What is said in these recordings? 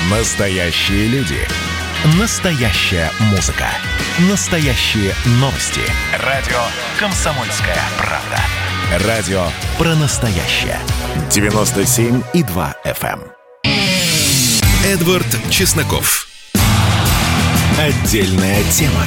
Настоящие люди. Настоящая музыка. Настоящие новости. Радио «Комсомольская правда». Радио про настоящее. 97,2 FM. Эдвард Чесноков. Отдельная тема.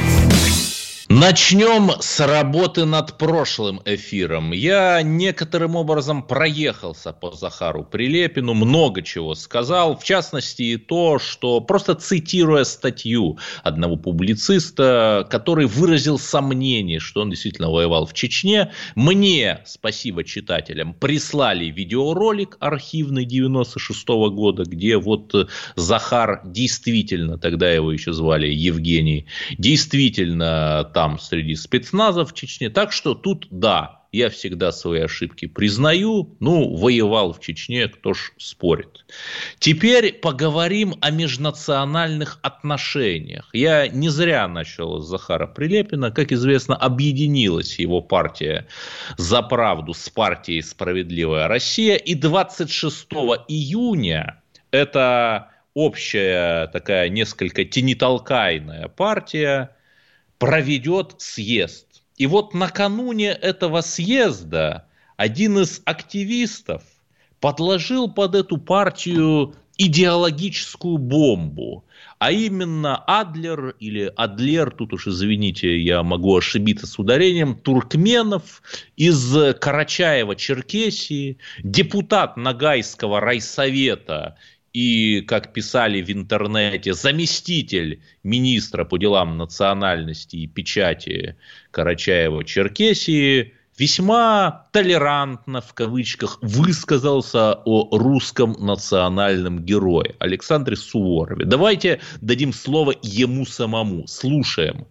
Начнем с работы над прошлым эфиром. Я некоторым образом проехался по Захару Прилепину, много чего сказал, в частности и то, что просто цитируя статью одного публициста, который выразил сомнение, что он действительно воевал в Чечне, мне, спасибо читателям, прислали видеоролик архивный 96-го года, где вот Захар действительно, тогда его еще звали Евгений, действительно там среди спецназа в Чечне. Так что тут, да, я всегда свои ошибки признаю. Ну, воевал в Чечне, кто ж спорит. Теперь поговорим о межнациональных отношениях. Я не зря начал с Захара Прилепина. Как известно, объединилась его партия «За правду» с партией «Справедливая Россия». И 26 июня эта общая такая несколько тенитолкайная партия проведет съезд. И вот накануне этого съезда один из активистов подложил под эту партию идеологическую бомбу. А именно Адлер или Адлер, тут уж извините, я могу ошибиться с ударением, Туркменов из Карачаева-Черкесии, депутат Ногайского райсовета и, как писали в интернете, заместитель министра по делам национальности и печати Карачаева-Черкесии весьма толерантно, в кавычках, высказался о русском национальном герое Александре Суворове. Давайте дадим слово ему самому. Слушаем.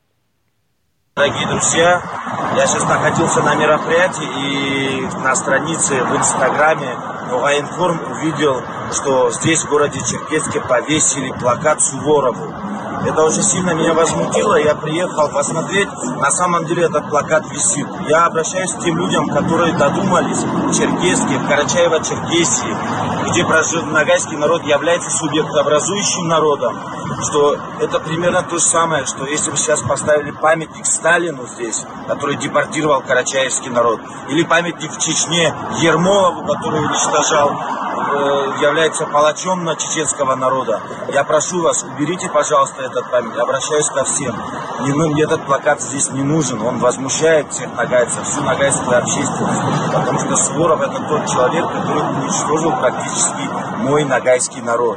Дорогие друзья, я сейчас находился на мероприятии и на странице в Инстаграме Военформ увидел, что здесь, в городе Черкесске, повесили плакат Суворову. Это очень сильно меня возмутило, я приехал посмотреть, на самом деле этот плакат висит. Я обращаюсь к тем людям, которые додумались в Черкесске, в Карачаево-Черкесии, где прожил ногайский народ, является субъектообразующим народом, что это примерно то же самое, что если бы сейчас поставили памятник Сталину здесь, который депортировал карачаевский народ, или памятник в Чечне Ермолову, который уничтожал, является палачом на чеченского народа. Я прошу вас, уберите, пожалуйста, этот памятник. Обращаюсь ко всем. Мне этот плакат здесь не нужен. Он возмущает всех ногайцев, всю ногайскую общественность. Потому что Суворов — это тот человек, который уничтожил практически мой ногайский народ.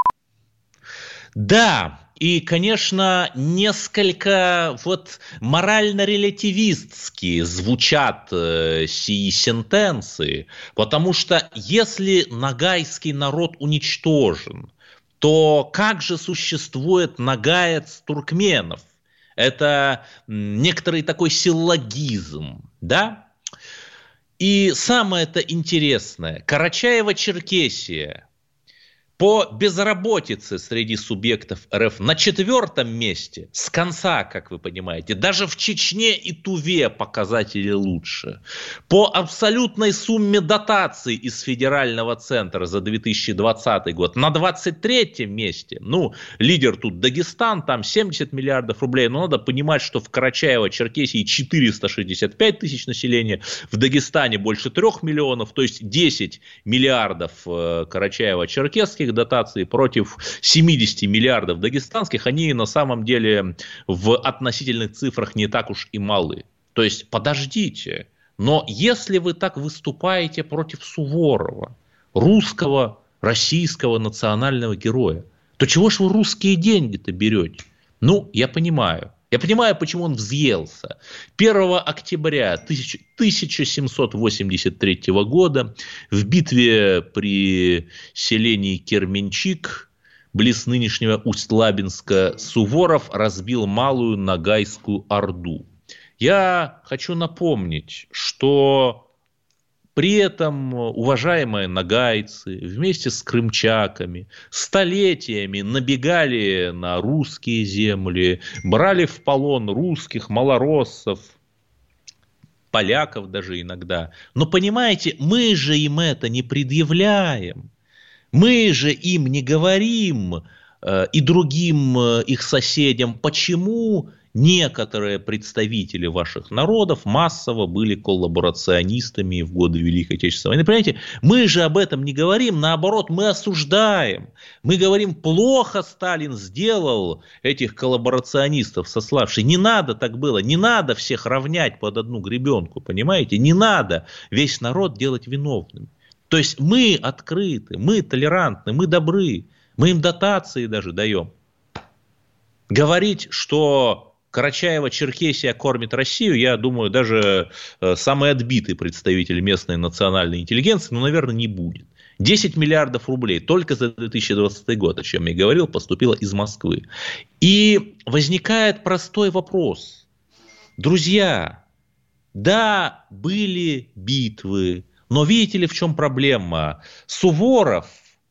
Да. И, конечно, несколько вот морально-релятивистски звучат сии сентенции, потому что если ногайский народ уничтожен, то как же существует нагаец туркменов? Это некоторый такой силлогизм, да? И самое-то интересное, Карачаево-Черкесия по безработице среди субъектов РФ на 4-м месте, с конца, как вы понимаете. Даже в Чечне и Туве показатели лучше. По абсолютной сумме дотаций из федерального центра за 2020 год на 23-м месте. Ну, лидер тут Дагестан, там 70 миллиардов рублей. Но надо понимать, что в Карачаево-Черкесии 465 тысяч населения, в Дагестане больше 3 миллионов, то есть 10 миллиардов карачаево-черкесских дотаций против 70 миллиардов дагестанских, они на самом деле в относительных цифрах не так уж и малы. То есть, подождите, но если вы так выступаете против Суворова, русского, российского национального героя, то чего ж вы русские деньги-то берете? Ну, я понимаю. Я понимаю, почему он взъелся. 1 октября 1783 года в битве при селении Керменчик, близ нынешнего Усть-Лабинска, Суворов разбил малую Ногайскую Орду. Я хочу напомнить, что при этом уважаемые ногайцы вместе с крымчаками столетиями набегали на русские земли, брали в полон русских, малороссов, поляков даже иногда. Но понимаете, мы же им это не предъявляем. Мы же им не говорим, и другим их соседям, почему некоторые представители ваших народов массово были коллаборационистами в годы Великой Отечественной войны. Понимаете, мы же об этом не говорим, наоборот, мы осуждаем. Мы говорим, плохо Сталин сделал этих коллаборационистов сославший. Не надо так было, не надо всех равнять под одну гребенку, понимаете? Не надо весь народ делать виновным. То есть мы открыты, мы толерантны, мы добры. Мы им дотации даже даем. Говорить, что Карачаево-Черкесия кормит Россию, я думаю, даже самый отбитый представитель местной национальной интеллигенции, наверное, не будет. 10 миллиардов рублей только за 2020 год, о чем я говорил, поступило из Москвы. И возникает простой вопрос. Друзья, да, были битвы, но видите ли, в чем проблема? Суворов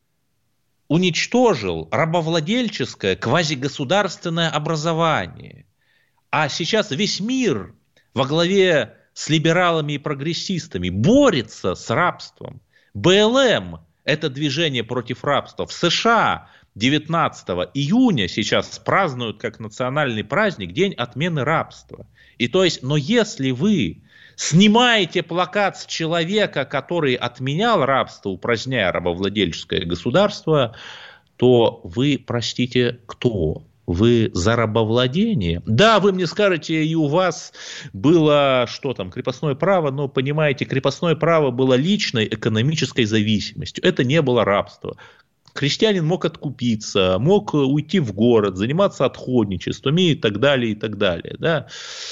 уничтожил рабовладельческое квазигосударственное образование. А сейчас весь мир во главе с либералами и прогрессистами борется с рабством. БЛМ – это движение против рабства. В США 19 июня сейчас празднуют как национальный праздник День отмены рабства. И то есть, но если вы снимаете плакат с человека, который отменял рабство, упраздняя рабовладельческое государство, то вы, простите, кто? Вы за рабовладение? Да, вы мне скажете, и у вас было, что там, крепостное право, но, понимаете, крепостное право было личной экономической зависимостью. Это не было рабство. Крестьянин мог откупиться, мог уйти в город, заниматься отходничеством и так далее, и так далее, да.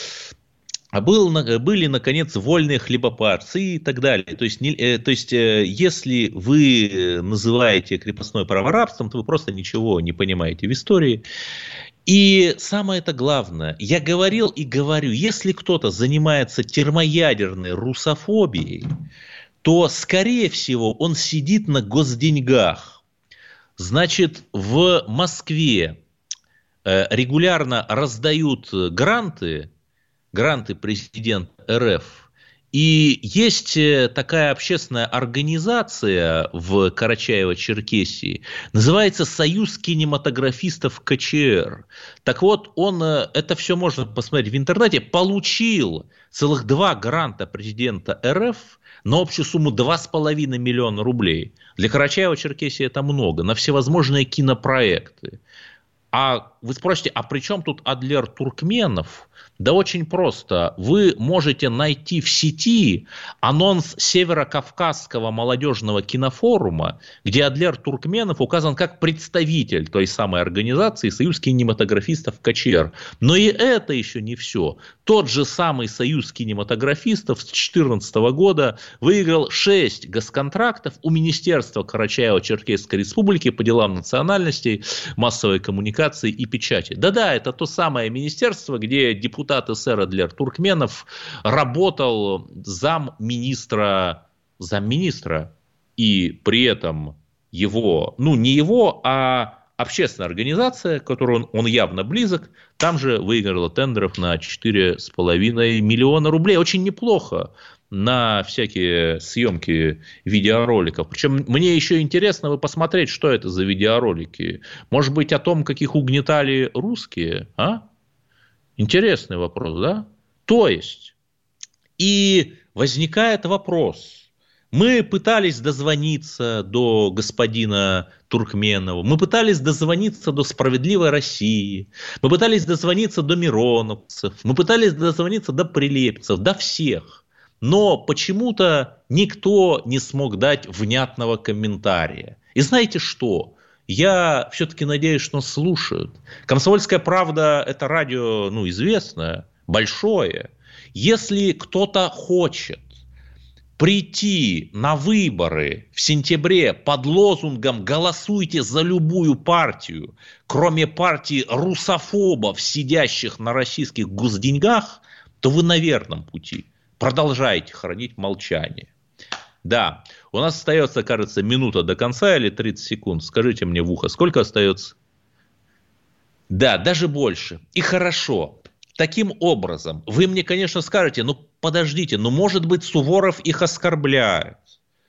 А были, наконец, вольные хлебопарцы и так далее. То есть, если вы называете крепостное право рабством, то вы просто ничего не понимаете в истории. И самое это главное, я говорил и говорю, если кто-то занимается термоядерной русофобией, то, скорее всего, он сидит на госденьгах. Значит, в Москве регулярно раздают гранты президента РФ. И есть такая общественная организация в Карачаево-Черкесии, называется «Союз кинематографистов КЧР». Так вот, он, это все можно посмотреть в интернете, получил целых 2 гранта президента РФ на общую сумму 2,5 миллиона рублей. Для Карачаево-Черкесии это много, на всевозможные кинопроекты. А вы спросите, а при чем тут Адлер Туркменов? Да очень просто. Вы можете найти в сети анонс Северокавказского молодежного кинофорума, где Адлер Туркменов указан как представитель той самой организации «Союз кинематографистов КЧР». Но и это еще не все. Тот же самый «Союз кинематографистов» с 2014 года выиграл 6 госконтрактов у Министерства Карачаево-Черкесской Республики по делам национальностей, массовой коммуникации и печати. Да-да, это то самое министерство, где депутат СССР Адлер Туркменов работал замминистра, и при этом его, не его, а общественная организация, к которой он явно близок, там же выиграла тендеров на 4,5 миллиона рублей. Очень неплохо на всякие съемки видеороликов. Причем мне еще интересно посмотреть, что это за видеоролики. Может быть, о том, как их угнетали русские, а? Интересный вопрос, да? То есть, и возникает вопрос. Мы пытались дозвониться до господина Туркменова, мы пытались дозвониться до «Справедливой России», мы пытались дозвониться до мироновцев, мы пытались дозвониться до прилепцев, до всех. Но почему-то никто не смог дать внятного комментария. И знаете что? Я все-таки надеюсь, что нас слушают. «Комсомольская правда» – это радио, известное, большое. Если кто-то хочет прийти на выборы в сентябре под лозунгом «Голосуйте за любую партию», кроме партии русофобов, сидящих на российских госденьгах, то вы на верном пути. Продолжайте хранить молчание. Да, у нас остается, кажется, минута до конца или 30 секунд. Скажите мне в ухо, сколько остается? Да, даже больше. И хорошо. Таким образом, вы мне, конечно, скажете, подождите, может быть, Суворов их оскорбляет.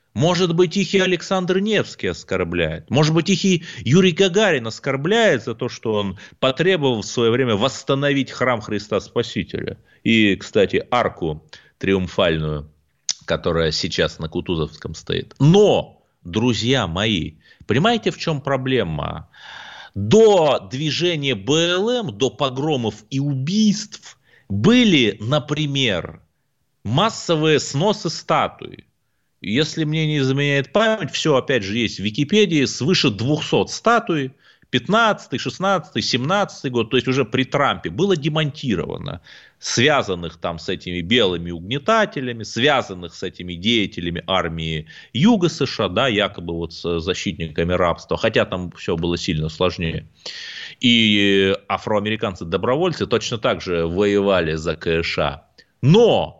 Может быть, их и Александр Невский оскорбляет. Может быть, их и Юрий Гагарин оскорбляет за то, что он потребовал в свое время восстановить храм Христа Спасителя. И, кстати, арку триумфальную, которая сейчас на Кутузовском стоит. Но, друзья мои, понимаете, в чем проблема? До движения БЛМ, до погромов и убийств были, например, массовые сносы статуй. Если мне не изменяет память, все опять же есть в Википедии, свыше 200 статуй, 15, 16, 17 год, то есть уже при Трампе, было демонтировано, связанных там с этими белыми угнетателями, связанных с этими деятелями армии Юга США, да, якобы вот с защитниками рабства, хотя там все было сильно сложнее. И афроамериканцы-добровольцы точно так же воевали за КША. Но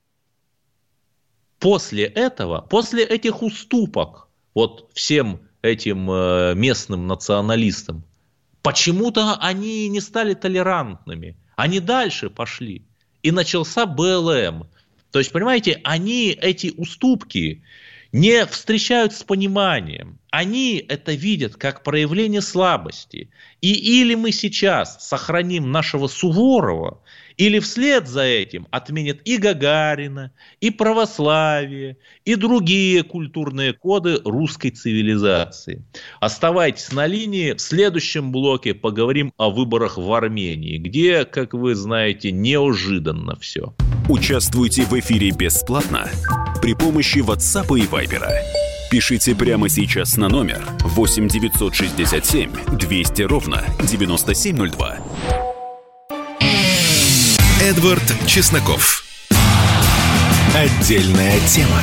после этого, после этих уступок вот всем этим местным националистам, почему-то они не стали толерантными. Они дальше пошли. И начался БЛМ. То есть, понимаете, они эти уступки не встречают с пониманием. Они это видят как проявление слабости. И или мы сейчас сохраним нашего Суворова, или вслед за этим отменят и Гагарина, и православие, и другие культурные коды русской цивилизации. Оставайтесь на линии. В следующем блоке поговорим о выборах в Армении, где, как вы знаете, неожиданно все. Участвуйте в эфире бесплатно при помощи WhatsApp и Viber. Пишите прямо сейчас на номер 8 967 200 ровно 9702. Эдвард Чесноков. Отдельная тема.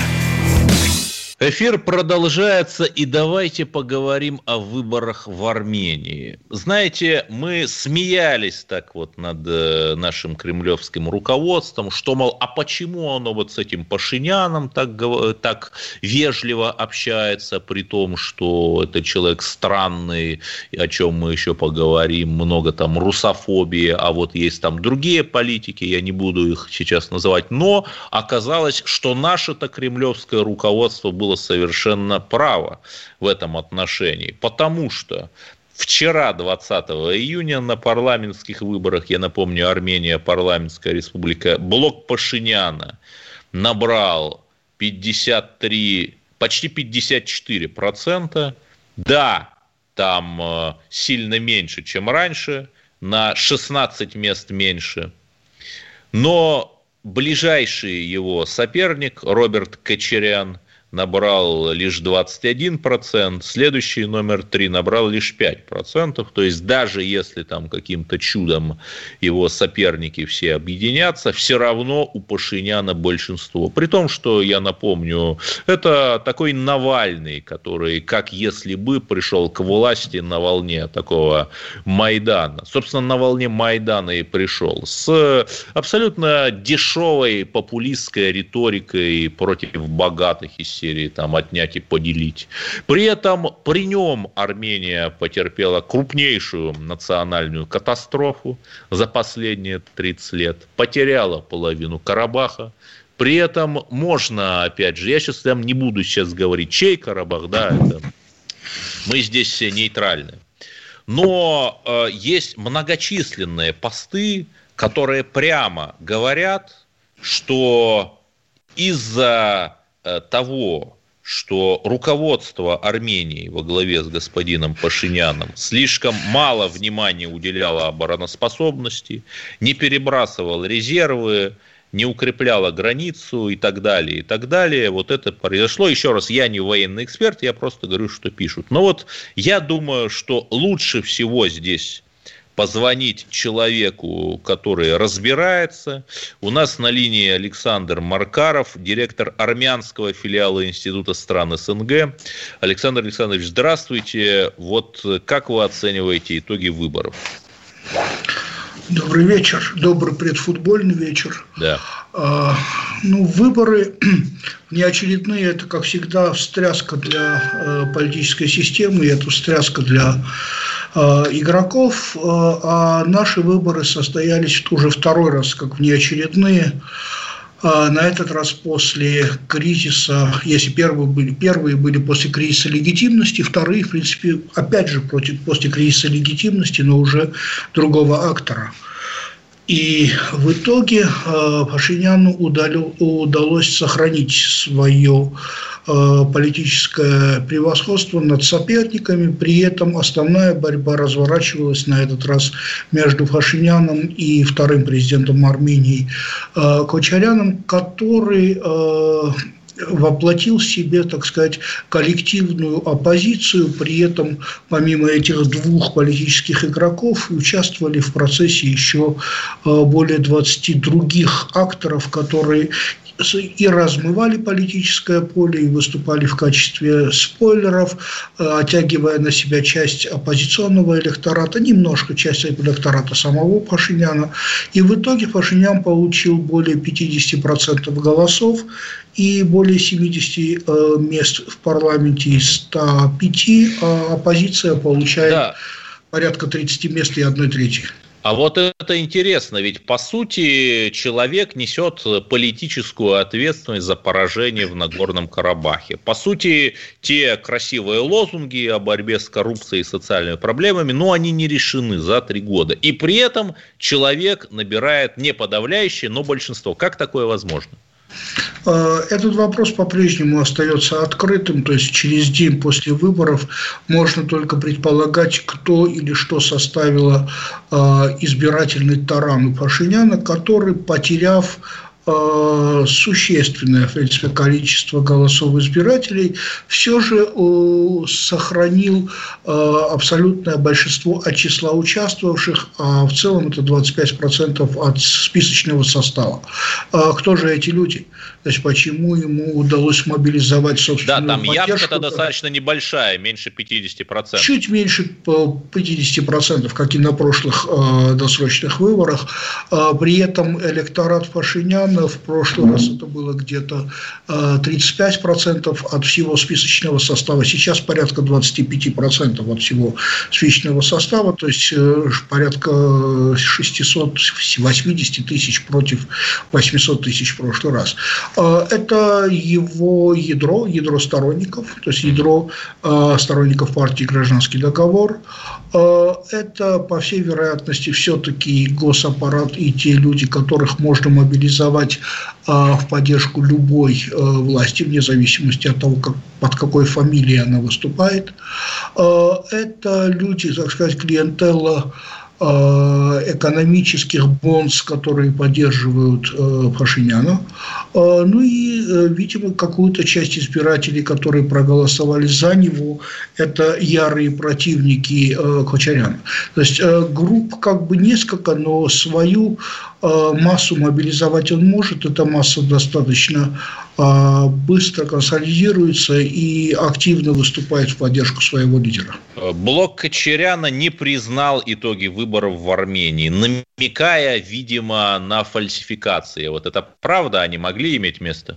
Эфир продолжается, и давайте поговорим о выборах в Армении. Знаете, мы смеялись так вот над нашим кремлевским руководством, что, мол, а почему оно вот с этим Пашиняном так вежливо общается, при том, что это человек странный, о чем мы еще поговорим, много там русофобии, а вот есть там другие политики, я не буду их сейчас называть, но оказалось, что наше-то кремлевское руководство было совершенно право в этом отношении, потому что вчера, 20 июня, на парламентских выборах, я напомню, Армения, парламентская республика, блок Пашиняна набрал 53, почти 54%. Да, там сильно меньше, чем раньше, на 16 мест меньше, но ближайший его соперник Роберт Кочарян набрал лишь 21%, следующий номер 3 набрал лишь 5%, то есть даже если там каким-то чудом его соперники все объединятся, все равно у Пашиняна большинство. При том, что, я напомню, это такой Навальный, который, как если бы, пришел к власти на волне такого Майдана. Собственно, на волне Майдана и пришел. С абсолютно дешевой популистской риторикой против богатых и серии там отнять и поделить. При этом при нем Армения потерпела крупнейшую национальную катастрофу за последние 30 лет, потеряла половину Карабаха. При этом можно, опять же, я сейчас там не буду сейчас говорить, чей Карабах, да, это мы здесь все нейтральны. Но есть многочисленные посты, которые прямо говорят, что из-за того, что руководство Армении во главе с господином Пашиняном слишком мало внимания уделяло обороноспособности, не перебрасывало резервы, не укрепляло границу и так далее, и так далее. Вот это произошло. Еще раз, я не военный эксперт, я просто говорю, что пишут. Но вот я думаю, что лучше всего здесь позвонить человеку, который разбирается. У нас на линии Александр Маркаров, директор армянского филиала Института стран СНГ. Александр Александрович, здравствуйте. Вот как вы оцениваете итоги выборов? Добрый вечер, добрый предфутбольный вечер. Да. Выборы неочередные, это, как всегда, встряска для политической системы, и это встряска для игроков, а наши выборы состоялись уже второй раз как внеочередные. На этот раз после кризиса, если первые были после кризиса легитимности, вторые, в принципе, опять же после кризиса легитимности, но уже другого актора. И в итоге Пашиняну удалось сохранить свое политическое превосходство над соперниками, при этом основная борьба разворачивалась на этот раз между Пашиняном и вторым президентом Армении Кочаряном, который воплотил в себе, так сказать, коллективную оппозицию, при этом помимо этих двух политических игроков участвовали в процессе еще более 20 других акторов, которые и размывали политическое поле, и выступали в качестве спойлеров, оттягивая на себя часть оппозиционного электората, немножко часть электората самого Пашиняна. И в итоге Пашинян получил более 50% голосов и более 70 мест в парламенте из 105, а оппозиция получает порядка 30 мест и 1/3. А вот это интересно, ведь по сути человек несет политическую ответственность за поражение в Нагорном Карабахе. По сути, те красивые лозунги о борьбе с коррупцией и социальными проблемами, но они не решены за 3 года. И при этом человек набирает не подавляющее, но большинство. Как такое возможно? Этот вопрос по-прежнему остается открытым, то есть через день после выборов можно только предполагать, кто или что составило избирательный таран у Пашиняна, который, потеряв существенное, в принципе, количество голосов избирателей, все же сохранил абсолютное большинство от числа участвовавших, а в целом это 25% от списочного состава. Кто же эти люди? То есть, почему ему удалось мобилизовать собственную поддержку? Да, там явка-то достаточно небольшая, меньше 50%. Чуть меньше 50%, как и на прошлых досрочных выборах. При этом электорат Пашиняна в прошлый раз это было где-то 35% от всего списочного состава. Сейчас порядка 25% от всего списочного состава, то есть порядка 680 тысяч против 800 тысяч в прошлый раз. Это его ядро сторонников, то есть ядро сторонников партии «Гражданский договор». Это, по всей вероятности, все-таки госаппарат и те люди, которых можно мобилизовать в поддержку любой власти, вне зависимости от того, под какой фамилией она выступает. Это люди, так сказать, клиентелла экономических бонс, которые поддерживают Пашиняна, ну и, видимо, какую-то часть избирателей, которые проголосовали за него, это ярые противники Кочаряна. То есть групп как бы несколько, но свою массу мобилизовать он может, эта масса достаточно быстро консолидируется и активно выступает в поддержку своего лидера. Блок Кочаряна не признал итоги выборов в Армении, намекая, видимо, на фальсификации. Вот это правда, они могли иметь место?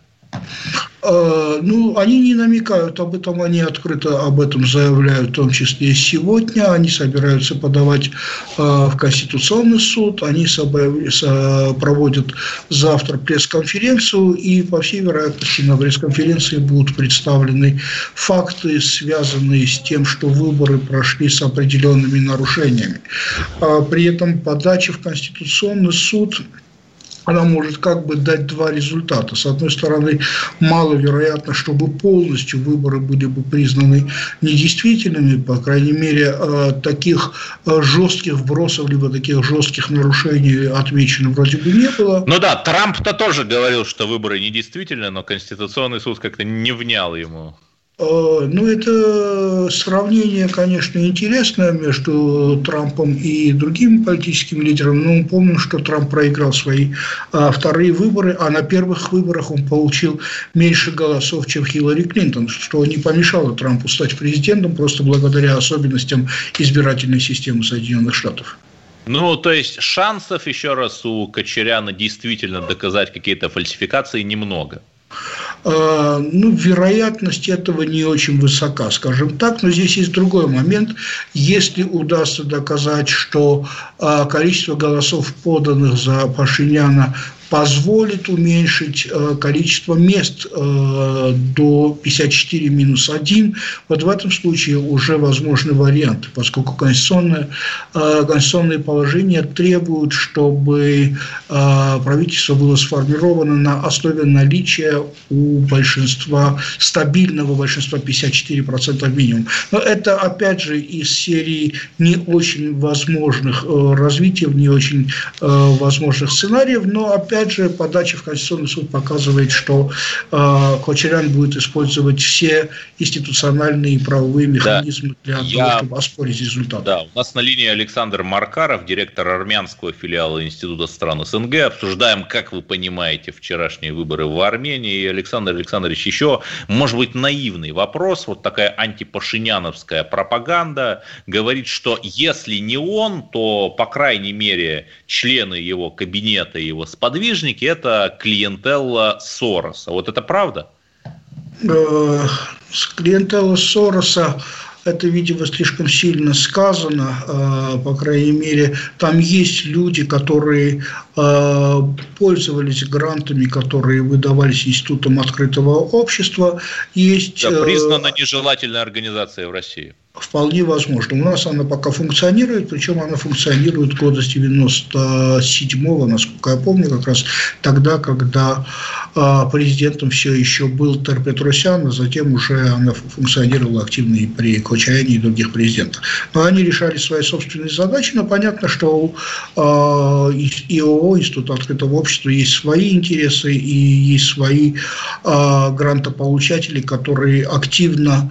Ну, они не намекают об этом, они открыто об этом заявляют, в том числе и сегодня. Они собираются подавать в Конституционный суд, они проводят завтра пресс-конференцию, и, по всей вероятности, на пресс-конференции будут представлены факты, связанные с тем, что выборы прошли с определенными нарушениями. При этом подача в Конституционный суд, она может как бы дать два результата. С одной стороны, маловероятно, чтобы полностью выборы были бы признаны недействительными, по крайней мере, таких жестких вбросов, либо таких жестких нарушений отмечено вроде бы не было. Ну да, Трамп-то тоже говорил, что выборы недействительны, но Конституционный суд как-то не внял ему. Ну, это сравнение, конечно, интересное между Трампом и другими политическими лидерами. Но мы помним, что Трамп проиграл свои вторые выборы, а на первых выборах он получил меньше голосов, чем Хиллари Клинтон, что не помешало Трампу стать президентом просто благодаря особенностям избирательной системы Соединенных Штатов. Ну, то есть шансов, еще раз, у Кочаряна действительно доказать какие-то фальсификации немного. Ну, вероятность этого не очень высока, скажем так, но здесь есть другой момент. Если удастся доказать, что количество голосов, поданных за Пашиняна, позволит уменьшить количество мест до 54-1. Вот в этом случае уже возможны варианты, поскольку конституционные положения требуют, чтобы правительство было сформировано на основе наличия у большинства, стабильного большинства 54% минимум. Но это, опять же, из серии не очень возможных развитий, не очень возможных сценариев, но, опять же, подача в Конституционный суд показывает, что Кочарян будет использовать все институциональные и правовые механизмы для того, чтобы оспорить результат. Да, у нас на линии Александр Маркаров, директор армянского филиала Института стран СНГ. Обсуждаем, как вы понимаете, вчерашние выборы в Армении. И, Александр Александрович, еще, может быть, наивный вопрос. Вот такая антипашиняновская пропаганда говорит, что если не он, то, по крайней мере, члены его кабинета и его сподвижники – это клиентелла Сороса. Вот это правда? Клиентелла Сороса – это, видимо, слишком сильно сказано. По крайней мере, там есть люди, которые пользовались грантами, которые выдавались Институтом открытого общества. Есть, признана нежелательной организацией в России. Вполне возможно. У нас она пока функционирует, причем она функционирует года с 97-го, насколько я помню, как раз тогда, когда президентом все еще был Тер Петросян, а затем уже она функционировала активно и при Кочаряне и других президентах. Но они решали свои собственные задачи, но понятно, что у ИОО, Института открытого общества, есть свои интересы и есть свои грантополучатели, которые активно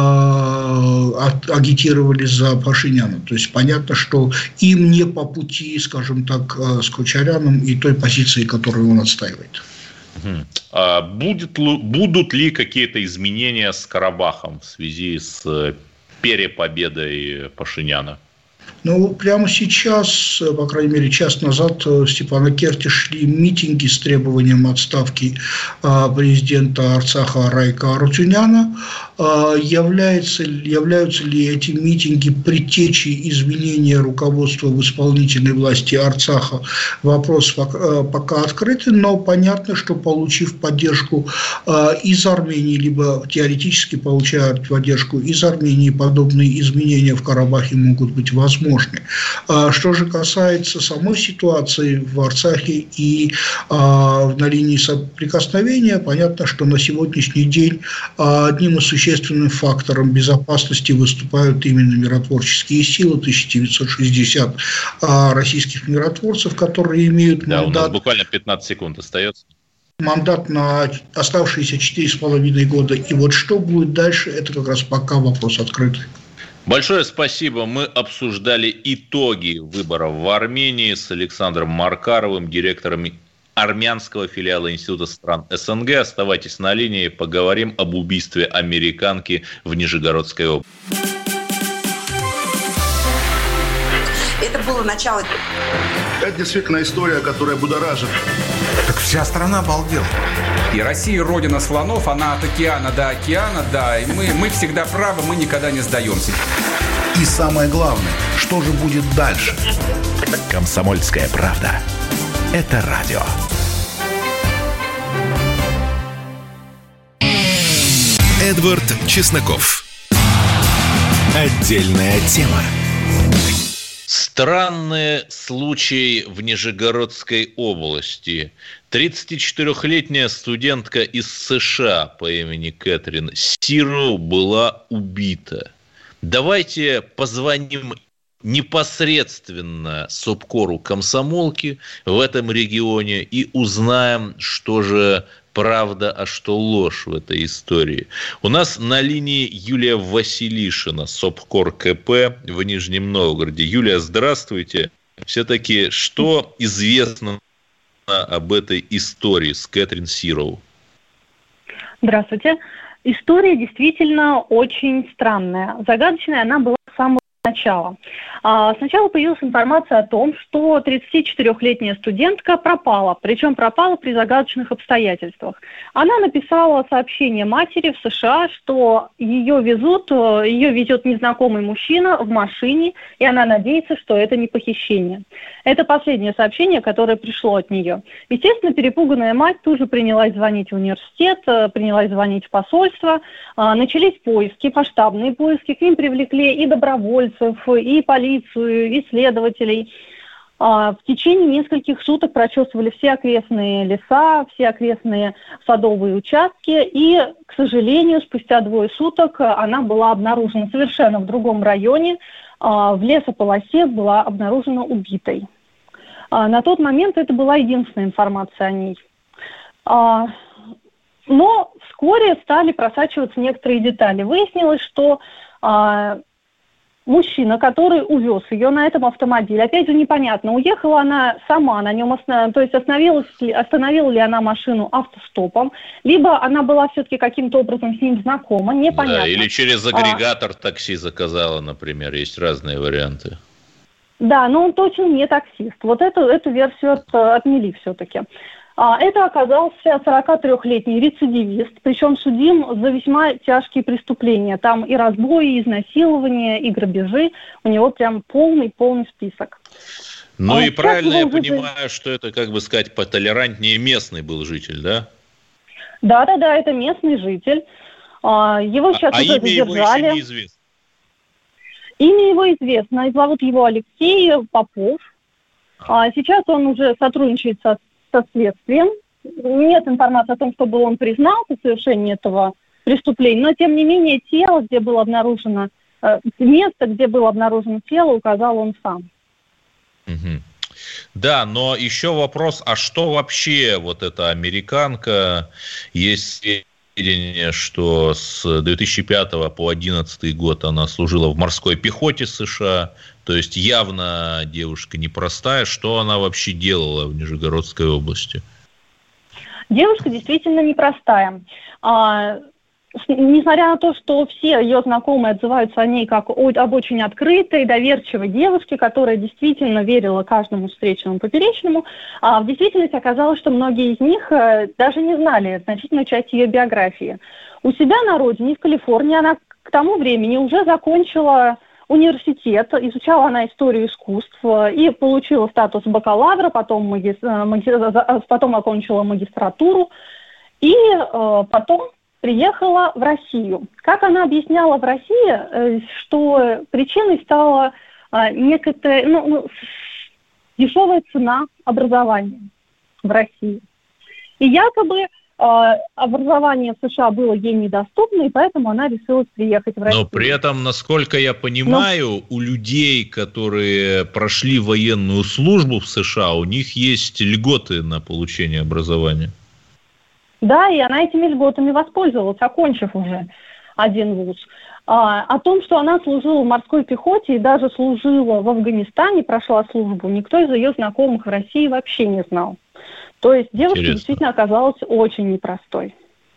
агитировали за Пашиняна. То есть понятно, что им не по пути, скажем так, с Кочаряном и той позиции, которую он отстаивает. Будут ли какие-то изменения с Карабахом в связи с перепобедой Пашиняна? Ну, прямо сейчас, по крайней мере, час назад в Степанакерте шли митинги с требованием отставки президента Арцаха Райка Арутюняна. Являются ли эти митинги предтечей изменения руководства в исполнительной власти Арцаха? Вопрос пока открытый, но понятно, что, получив поддержку из Армении, либо теоретически получая поддержку из Армении, подобные изменения в Карабахе могут быть возможны. Что же касается самой ситуации в Арцахе и на линии соприкосновения, понятно, что на сегодняшний день одним из существенных факторов безопасности выступают именно миротворческие силы, 1960 российских миротворцев, которые имеют мандат. Да, у нас буквально 15 секунд остается. Мандат на оставшиеся 4,5 года. И вот что будет дальше, это как раз пока вопрос открытый. Большое спасибо. Мы обсуждали итоги выборов в Армении с Александром Маркаровым, директором армянского филиала Института стран СНГ. Оставайтесь на линии, поговорим об убийстве американки в Нижегородской области. Это было начало. Это действительно история, которая будоражит. Так вся страна обалдела. И Россия родина слонов, она от океана до океана, да. И мы всегда правы, мы никогда не сдаемся. И самое главное, что же будет дальше? «Комсомольская правда». Это радио. Эдвард Чесноков. Отдельная тема. Странный случай в Нижегородской области. 34-летняя студентка из США по имени Кэтрин Сироу была убита. Давайте позвоним непосредственно субкору комсомолки в этом регионе и узнаем, что же правда, а что ложь в этой истории. У нас на линии Юлия Василишина, субкор КП в Нижнем Новгороде. Юлия, здравствуйте. Все-таки что известно об этой истории с Кэтрин Сироу? Здравствуйте. История действительно очень странная. Загадочная она была с самого начала. сначала. Сначала появилась информация о том, что 34-летняя студентка пропала, причем пропала при загадочных обстоятельствах. Она написала сообщение матери в США, что ее везет незнакомый мужчина в машине, и она надеется, что это не похищение. Это последнее сообщение, которое пришло от нее. Естественно, перепуганная мать тут же принялась звонить в университет, принялась звонить в посольство. Начались поиски, масштабные поиски. К ним привлекли и добровольцев, и полицию, и следователей. В течение нескольких суток прочесывали все окрестные леса, все окрестные садовые участки. И, к сожалению, спустя 2 суток она была обнаружена совершенно в другом районе. В лесополосе была обнаружена убитой. На тот момент это была единственная информация о ней. Но вскоре стали просачиваться некоторые детали. Выяснилось, что мужчина, который увез ее на этом автомобиле, опять же непонятно, уехала она сама на нем, то есть остановила ли она машину автостопом, либо она была все-таки каким-то образом с ним знакома, непонятно. Да, или через агрегатор такси заказала, например, есть разные варианты. Да, но он точно не таксист. Вот эту версию отмели все-таки. Это оказался 43-летний рецидивист, причем судим за весьма тяжкие преступления. Там и разбои, и изнасилования, и грабежи. У него прям полный список. Ну и правильно я понимаю, что это, как бы сказать, потолерантнее местный был житель, да? Да, это местный житель. Его сейчас уже задержали. Имя его еще неизвестно? Имя его известно. Зовут его Алексей Попов. Сейчас он уже сотрудничает со следствием. Нет информации о том, чтобы он признался в совершении этого преступления, но, тем не менее, место, где было обнаружено тело, указал он сам. Угу. Да, но еще вопрос, а что вообще вот эта американка, есть сведения, что с 2005 по 2011 год она служила в морской пехоте США, то есть явно девушка непростая. Что она вообще делала в Нижегородской области? Девушка действительно непростая. Несмотря на то, что все ее знакомые отзываются о ней как об очень открытой, доверчивой девушке, которая действительно верила каждому встречному поперечному, в действительности оказалось, что многие из них даже не знали значительную часть ее биографии. У себя на родине, в Калифорнии, она к тому времени уже закончила университет, изучала она историю искусств и получила статус бакалавра, потом окончила магистратуру и потом приехала в Россию. Как она объясняла в России, что причиной стала некая дешевая цена образования в России. И якобы образование в США было ей недоступно, и поэтому она решила приехать в Россию. Но при этом, насколько я понимаю, у людей, которые прошли военную службу в США, у них есть льготы на получение образования. Да, и она этими льготами воспользовалась, окончив уже один вуз. О том, что она служила в морской пехоте и даже служила в Афганистане, прошла службу, никто из ее знакомых в России вообще не знал. То есть девушка действительно оказалась очень непростой.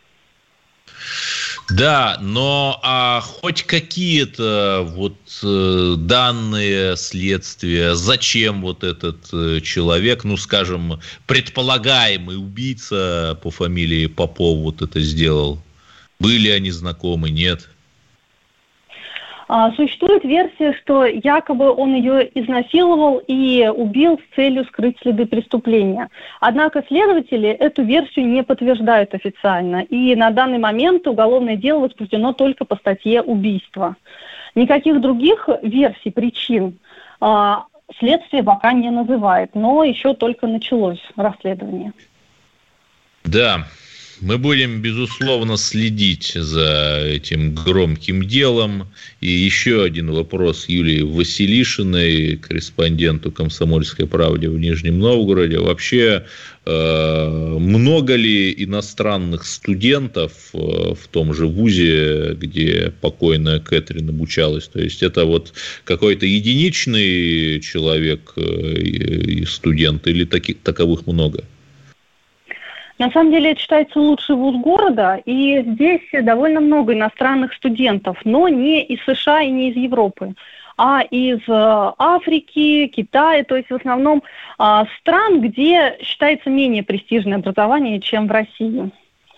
Да, но хоть какие-то данные следствия, зачем вот этот человек, скажем, предполагаемый убийца по фамилии Попов вот это сделал? Были они знакомы, нет? Существует версия, что якобы он ее изнасиловал и убил с целью скрыть следы преступления. Однако следователи эту версию не подтверждают официально. И на данный момент уголовное дело возбуждено только по статье убийства. Никаких других версий, причин следствие пока не называет. Но еще только началось расследование. Да. Мы будем, безусловно, следить за этим громким делом. И еще один вопрос Юлии Василишиной, корреспонденту «Комсомольской правды» в Нижнем Новгороде. Вообще, много ли иностранных студентов в том же вузе, где покойная Кэтрин обучалась? То есть, это какой-то единичный человек и студент, или таковых много? На самом деле это считается лучший вуз города, и здесь довольно много иностранных студентов, но не из США и не из Европы, а из Африки, Китая, то есть в основном стран, где считается менее престижное образование, чем в России.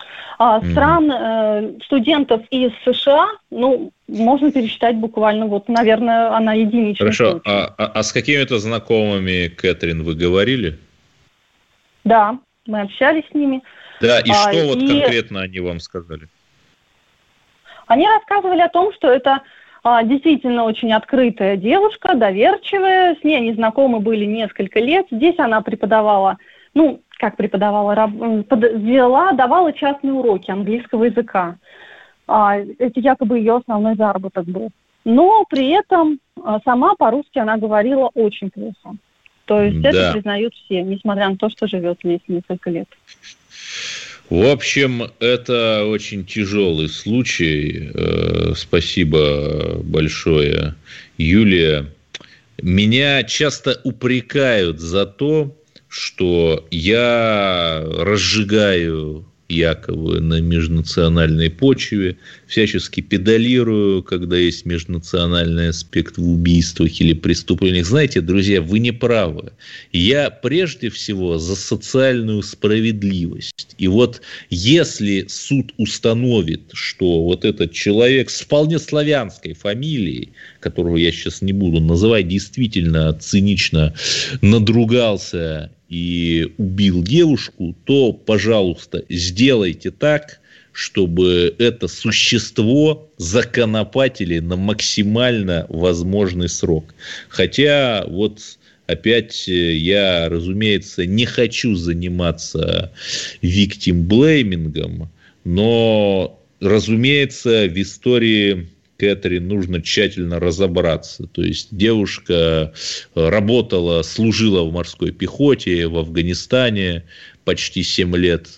Стран студентов из США, можно пересчитать буквально, наверное, она единичная. Хорошо, а с какими-то знакомыми, Кэтрин, вы говорили? Да, мы общались с ними. Да, и что конкретно они вам сказали? Они рассказывали о том, что это действительно очень открытая девушка, доверчивая, с ней они знакомы были несколько лет. Здесь она преподавала, давала частные уроки английского языка. Это якобы ее основной заработок был. Но при этом сама по-русски она говорила очень плохо. То есть это признают все, несмотря на то, что живет вместе несколько лет. В общем, это очень тяжелый случай. Спасибо большое, Юлия. Меня часто упрекают за то, что я разжигаю якобы на межнациональной почве, всячески педалирую, когда есть межнациональный аспект в убийствах или преступлениях. Знаете, друзья, вы не правы. Я прежде всего за социальную справедливость. И если суд установит, что этот человек с вполне славянской фамилией, которого я сейчас не буду называть, действительно цинично надругался и убил девушку, то, пожалуйста, сделайте так, чтобы это существо законопатили на максимально возможный срок. Хотя, опять я, разумеется, не хочу заниматься виктим-блеймингом, но, разумеется, в истории Кэтрин нужно тщательно разобраться. То есть девушка работала, служила в морской пехоте в Афганистане почти 7 лет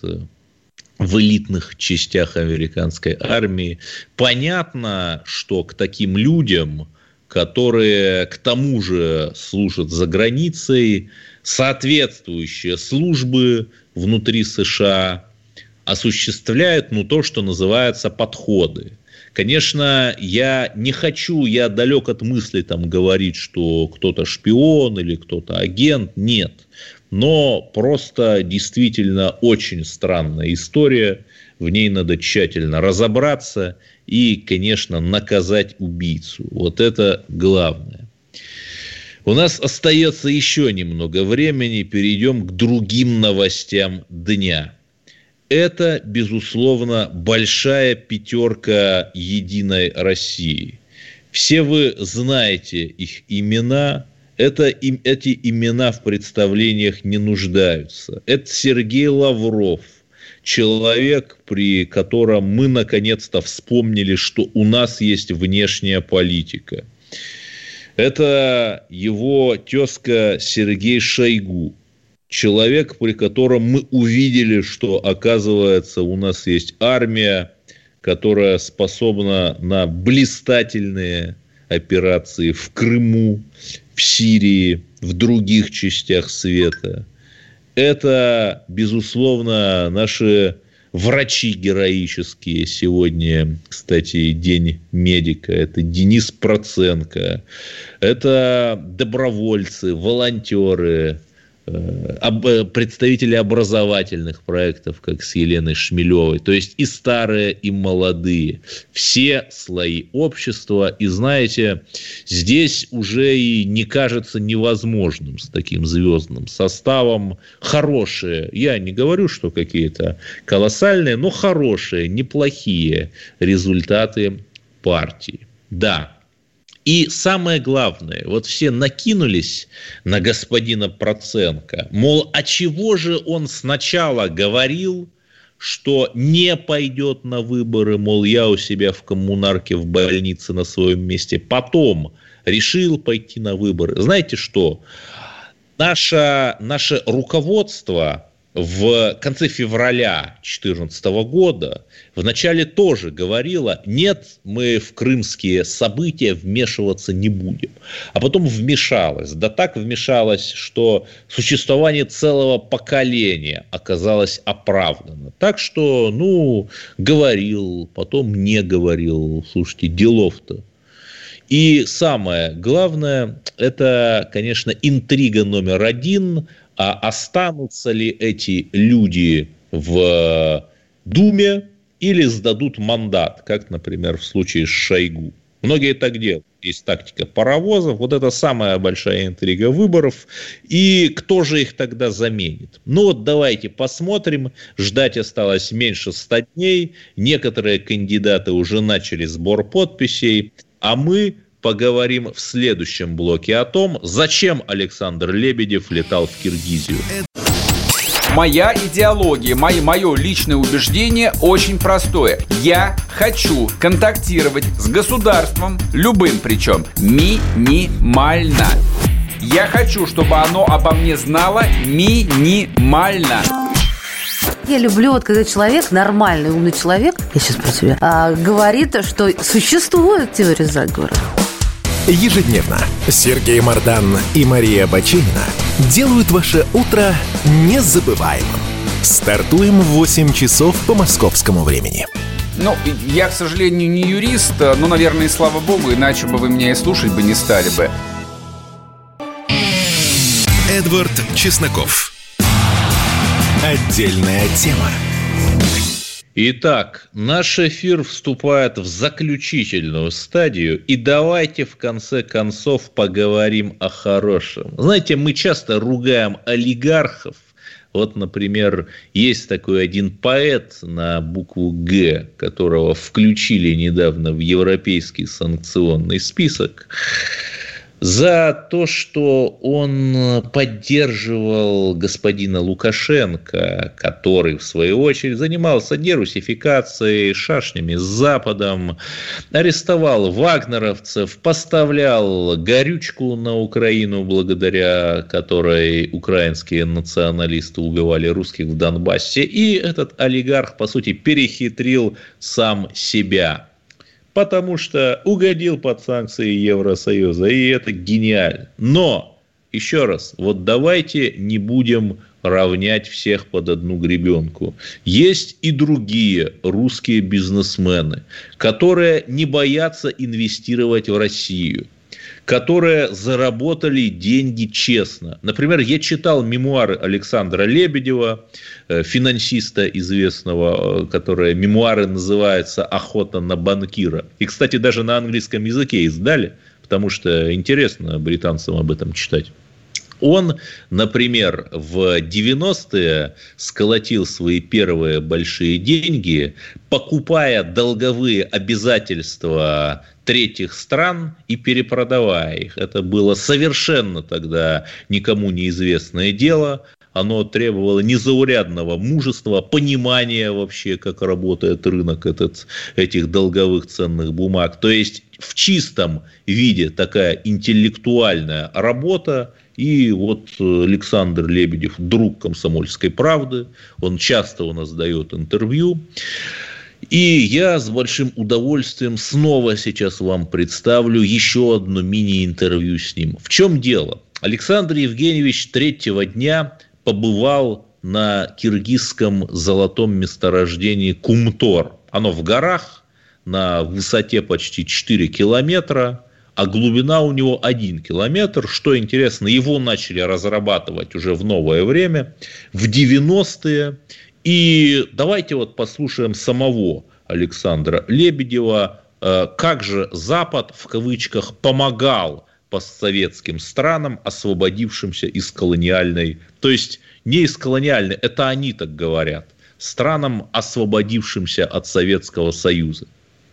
в элитных частях американской армии. Понятно, что к таким людям, которые к тому же служат за границей, соответствующие службы внутри США осуществляют, то, что называется, подходы. Конечно, я далек от мысли говорить, что кто-то шпион или кто-то агент. Нет. Но просто действительно очень странная история. В ней надо тщательно разобраться и, конечно, наказать убийцу. Это главное. У нас остается еще немного времени. Перейдем к другим новостям дня. Это, безусловно, большая пятерка «Единой России». Все вы знаете их имена. Эти имена в представлениях не нуждаются. Это Сергей Лавров, человек, при котором мы наконец-то вспомнили, что у нас есть внешняя политика. Это его тезка Сергей Шойгу. Человек, при котором мы увидели, что, оказывается, у нас есть армия, которая способна на блистательные операции в Крыму, в Сирии, в других частях света. Это, безусловно, наши врачи героические. Сегодня, кстати, День медика. Это Денис Проценко. Это добровольцы, волонтеры, представители образовательных проектов, как с Еленой Шмелевой, то есть и старые, и молодые, все слои общества. И знаете, здесь уже и не кажется невозможным с таким звездным составом хорошие, я не говорю, что какие-то колоссальные, но хорошие, неплохие результаты партии. Да. И самое главное, все накинулись на господина Проценко, мол, а чего же он сначала говорил, что не пойдет на выборы, мол, я у себя в коммунарке в больнице на своем месте, потом решил пойти на выборы. Знаете что? Наше руководство в конце февраля 2014 года вначале тоже говорила: нет, мы в крымские события вмешиваться не будем. А потом вмешалась. Да так вмешалась, что существование целого поколения оказалось оправдано. Так что, говорил, потом не говорил. Слушайте, делов-то. И самое главное, это, конечно, интрига номер один. А останутся ли эти люди в Думе или сдадут мандат, как, например, в случае с Шойгу? Многие так делают. Есть тактика паровозов. Вот это самая большая интрига выборов. И кто же их тогда заменит? Давайте посмотрим. Ждать осталось меньше 100 дней. Некоторые кандидаты уже начали сбор подписей. А мы поговорим в следующем блоке о том, зачем Александр Лебедев летал в Киргизию. Моя идеология, мое личное убеждение очень простое. Я хочу контактировать с государством, любым причем, минимально. Я хочу, чтобы оно обо мне знало минимально. Я люблю, когда человек, нормальный, умный человек, я сейчас про тебя, говорит, что существует теория заговора. Ежедневно Сергей Мардан и Мария Баченина делают ваше утро незабываемым. Стартуем в 8 часов по московскому времени. Я, к сожалению, не юрист, но, наверное, и слава богу, иначе бы вы меня и слушать бы не стали бы. Эдвард Чесноков. Отдельная тема. Итак, наш эфир вступает в заключительную стадию, и давайте в конце концов поговорим о хорошем. Знаете, мы часто ругаем олигархов. Вот, например, есть такой один поэт на букву «Г», которого включили недавно в европейский санкционный список, за то, что он поддерживал господина Лукашенко, который, в свою очередь, занимался дерусификацией, шашнями с Западом, арестовал вагнеровцев, поставлял горючку на Украину, благодаря которой украинские националисты убивали русских в Донбассе. И этот олигарх, по сути, перехитрил сам себя. Потому что угодил под санкции Евросоюза, и это гениально. Но, еще раз, давайте не будем равнять всех под одну гребенку. Есть и другие русские бизнесмены, которые не боятся инвестировать в Россию, которые заработали деньги честно. Например, я читал мемуары Александра Лебедева, финансиста известного, которые мемуары называются «Охота на банкира». И, кстати, даже на английском языке издали, потому что интересно британцам об этом читать. Он, например, в 90-е сколотил свои первые большие деньги, покупая долговые обязательства третьих стран и перепродавая их. Это было совершенно тогда никому неизвестное дело. Оно требовало незаурядного мужества, понимания вообще, как работает рынок этих долговых ценных бумаг. То есть в чистом виде такая интеллектуальная работа. И Александр Лебедев, друг «Комсомольской правды», он часто у нас дает интервью. И я с большим удовольствием снова сейчас вам представлю еще одно мини-интервью с ним. В чем дело? Александр Евгеньевич третьего дня побывал на киргизском золотом месторождении Кумтор. Оно в горах, на высоте почти 4 километра, а глубина у него 1 километр. Что интересно, его начали разрабатывать уже в новое время, в 90-е. И давайте послушаем самого Александра Лебедева, как же Запад, в кавычках, помогал постсоветским странам, освободившимся из колониальной, то есть не из колониальной, это они так говорят, странам, освободившимся от Советского Союза.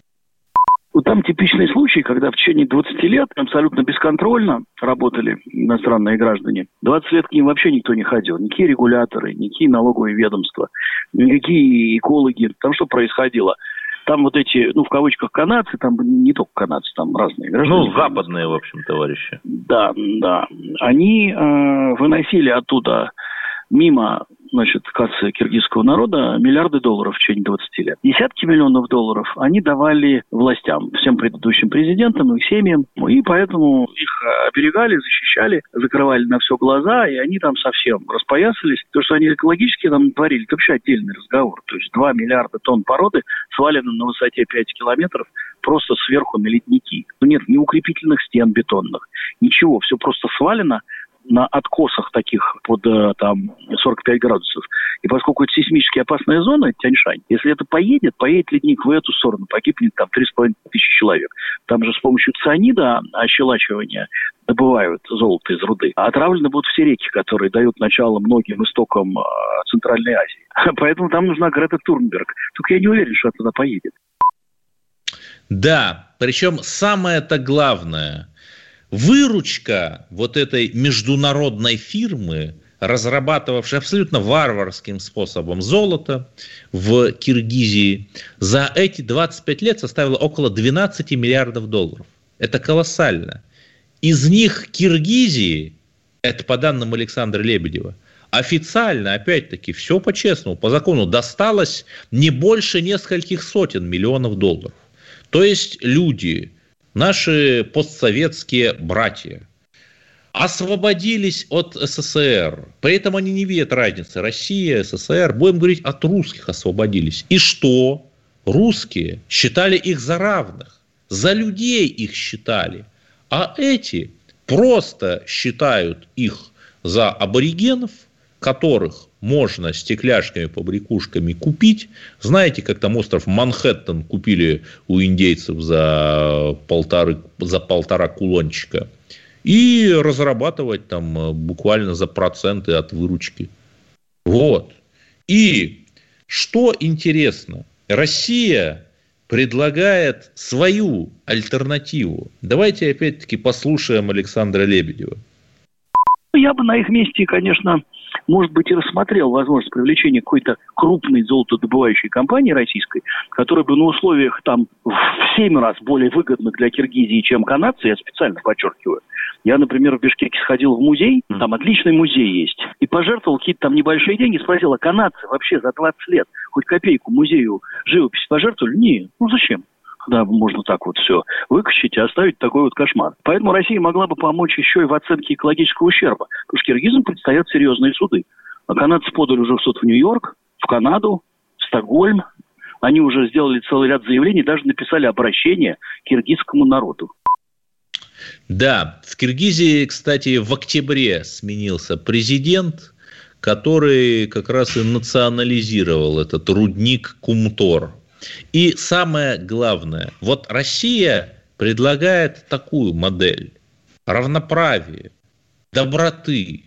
Там типичный случай, когда в течение 20 лет абсолютно бесконтрольно работали иностранные граждане. 20 лет к ним вообще никто не ходил. Никакие регуляторы, никакие налоговые ведомства, никакие экологи. Там что происходило? Там эти, в кавычках, канадцы, там не только канадцы, там разные граждане. Западные, в общем, товарищи. Да. Они выносили оттуда мимо значит, кассы киргизского народа миллиарды долларов в течение 20 лет. Десятки миллионов долларов они давали властям, всем предыдущим президентам, их семьям, и поэтому их оберегали, защищали, закрывали на все глаза, и они там совсем распоясались. То, что они экологически там творили, это вообще отдельный разговор. То есть 2 миллиарда тонн породы свалены на высоте 5 километров просто сверху на ледники. Нет ни укрепительных стен бетонных, ничего, все просто свалено на откосах таких под там 45 градусов. И поскольку это сейсмически опасная зона, это Тяньшань, если это поедет ледник в эту сторону, погибнет там 3,5 тысячи человек. Там же с помощью цианида ощелачивания добывают золото из руды. А отравлены будут все реки, которые дают начало многим истокам Центральной Азии. Поэтому там нужна Грета Турнберг. Только я не уверен, что она туда поедет. Да, причем самое-то главное, выручка вот этой международной фирмы, разрабатывавшей абсолютно варварским способом золото в Киргизии, за эти 25 лет составила около 12 миллиардов долларов. Это колоссально. Из них Киргизии, это по данным Александра Лебедева, официально, опять-таки, все по-честному, по закону, досталось не больше нескольких сотен миллионов долларов. То есть люди, наши постсоветские братья, освободились от СССР. При этом они не видят разницы. Россия, СССР. Будем говорить, от русских освободились. И что? Русские считали их за равных. За людей их считали. А эти просто считают их за аборигенов, которых можно стекляшками, побрякушками купить. Знаете, как там остров Манхэттен купили у индейцев за полтора кулончика. И разрабатывать там буквально за проценты от выручки. Вот. И что интересно, Россия предлагает свою альтернативу. Давайте опять-таки послушаем Александра Лебедева. Я бы на их месте, конечно, может быть, и рассмотрел возможность привлечения какой-то крупной золотодобывающей компании российской, которая бы на условиях там в 7 раз более выгодных для Киргизии, чем канадцы, я специально подчеркиваю. Я, например, в Бишкеке сходил в музей, там отличный музей есть, и пожертвовал какие-то там небольшие деньги, спросил, а канадцы вообще за 20 лет хоть копейку музею живописи пожертвовали? Нет, зачем? Да, можно так вот все выкачать и оставить такой вот кошмар. Поэтому Россия могла бы помочь еще и в оценке экологического ущерба. Потому что киргизам предстоят серьезные суды. А канадцы подали уже в суд в Нью-Йорк, в Канаду, в Стокгольм. Они уже сделали целый ряд заявлений, даже написали обращение к киргизскому народу. Да, в Киргизии, кстати, в октябре сменился президент, который как раз и национализировал этот рудник Кумтор. И самое главное, вот Россия предлагает такую модель равноправия, доброты.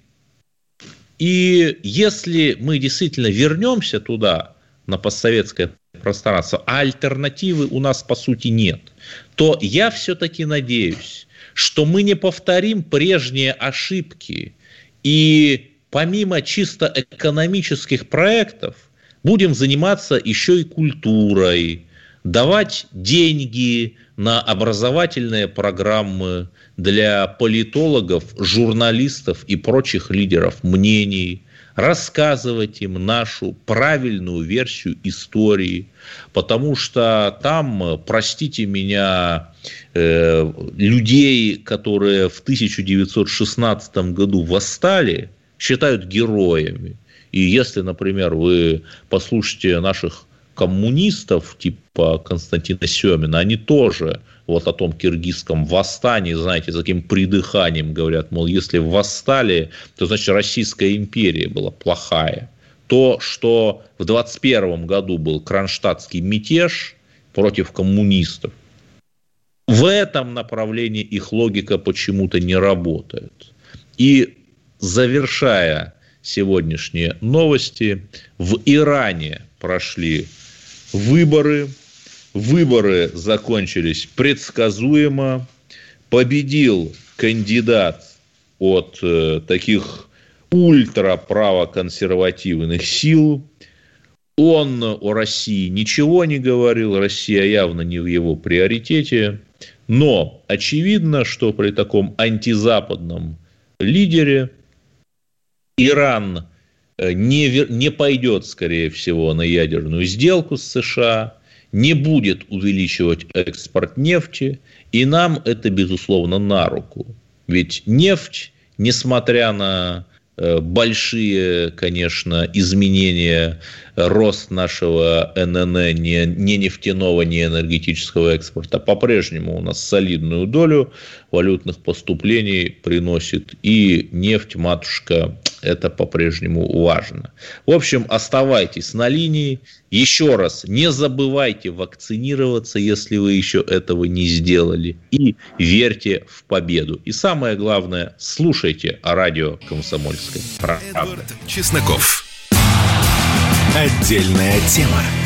И если мы действительно вернемся туда, на постсоветское пространство, а альтернативы у нас по сути нет, то я все-таки надеюсь, что мы не повторим прежние ошибки и помимо чисто экономических проектов будем заниматься еще и культурой, давать деньги на образовательные программы для политологов, журналистов и прочих лидеров мнений, рассказывать им нашу правильную версию истории, потому что там, простите меня, людей, которые в 1916 году восстали, считают героями. И если, например, вы послушаете наших коммунистов, типа Константина Семина, они тоже вот о том киргизском восстании, знаете, с таким придыханием говорят, мол, если восстали, то, значит, Российская империя была плохая. То, что в 21 году был кронштадтский мятеж против коммунистов, в этом направлении их логика почему-то не работает. И завершая сегодняшние новости, в Иране прошли выборы. Выборы закончились предсказуемо. Победил кандидат от таких ультраправоконсервативных сил. Он о России ничего не говорил, Россия явно не в его приоритете. Но очевидно, что при таком антизападном лидере Иран не пойдет, скорее всего, на ядерную сделку с США, не будет увеличивать экспорт нефти, и нам это, безусловно, на руку. Ведь нефть, несмотря на большие, конечно, изменения, рост нашего НН, не нефтяного, не энергетического экспорта, по-прежнему у нас солидную долю валютных поступлений приносит. И нефть, матушка, это по-прежнему важно. В общем, оставайтесь на линии. Еще раз, не забывайте вакцинироваться, если вы еще этого не сделали. И верьте в победу. И самое главное, слушайте радио «Комсомольская правда». Эдвард Чесноков. Отдельная тема.